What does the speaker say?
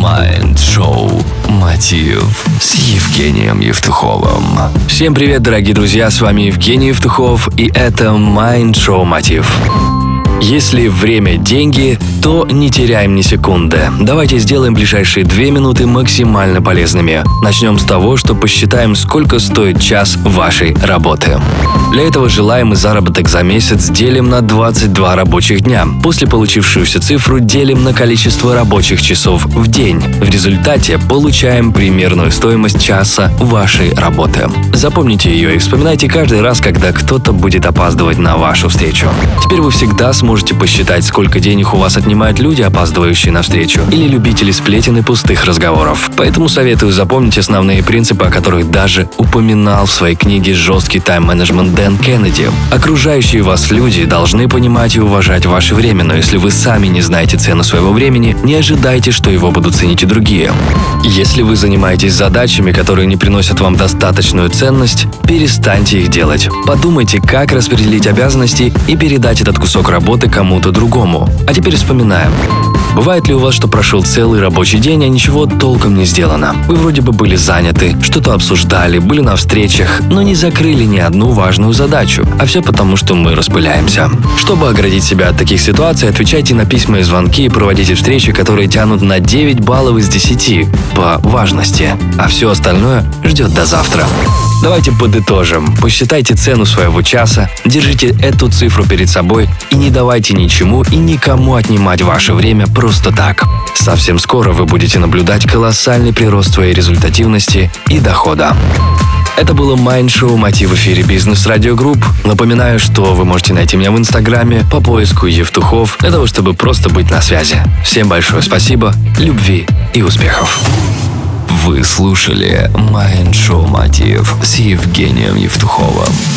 Майнд-шоу «Мотив» с Евгением Евтуховым. Всем привет, дорогие друзья, с вами Евгений Евтухов, и это Майнд-шоу «Мотив». Если время – деньги, то не теряем ни секунды. Давайте сделаем ближайшие 2 минуты максимально полезными. Начнем с того, что посчитаем, сколько стоит час вашей работы. Для этого желаемый заработок за месяц делим на 22 рабочих дня. После получившуюся цифру делим на количество рабочих часов в день. В результате получаем примерную стоимость часа вашей работы. Запомните ее и вспоминайте каждый раз, когда кто-то будет опаздывать на вашу встречу. Теперь вы всегда сможете посчитать, сколько денег у вас отнимают люди, опаздывающие на встречу, или любители сплетен и пустых разговоров. Поэтому советую запомнить основные принципы, о которых даже упоминал в своей книге «Жесткий тайм-менеджмент» Дэн Кеннеди. Окружающие вас люди должны понимать и уважать ваше время, но если вы сами не знаете цену своего времени, не ожидайте, что его будут ценить и другие. Если вы занимаетесь задачами, которые не приносят вам достаточную ценность, перестаньте их делать. Подумайте, как распределить обязанности и передать этот кусок работы кому-то другому. А теперь вспоминаем. Бывает ли у вас, что прошел целый рабочий день, а ничего толком не сделано? Вы вроде бы были заняты, что-то обсуждали, были на встречах, но не закрыли ни одну важную задачу. А все потому, что мы распыляемся. Чтобы оградить себя от таких ситуаций, отвечайте на письма и звонки и проводите встречи, которые тянут на 9 баллов из 10 по важности. А все остальное ждет до завтра. Давайте подытожим. Посчитайте цену своего часа, держите эту цифру перед собой и не давайте ничему и никому отнимать ваше время просто так. Совсем скоро вы будете наблюдать колоссальный прирост своей результативности и дохода. Это было Майнд-шоу «Мотив» в эфире Бизнес Радио Групп. Напоминаю, что вы можете найти меня в Инстаграме по поиску Евтухов, для того, чтобы просто быть на связи. Всем большое спасибо, любви и успехов. Вы слушали Майнд-шоу «Мотив» с Евгением Евтуховым.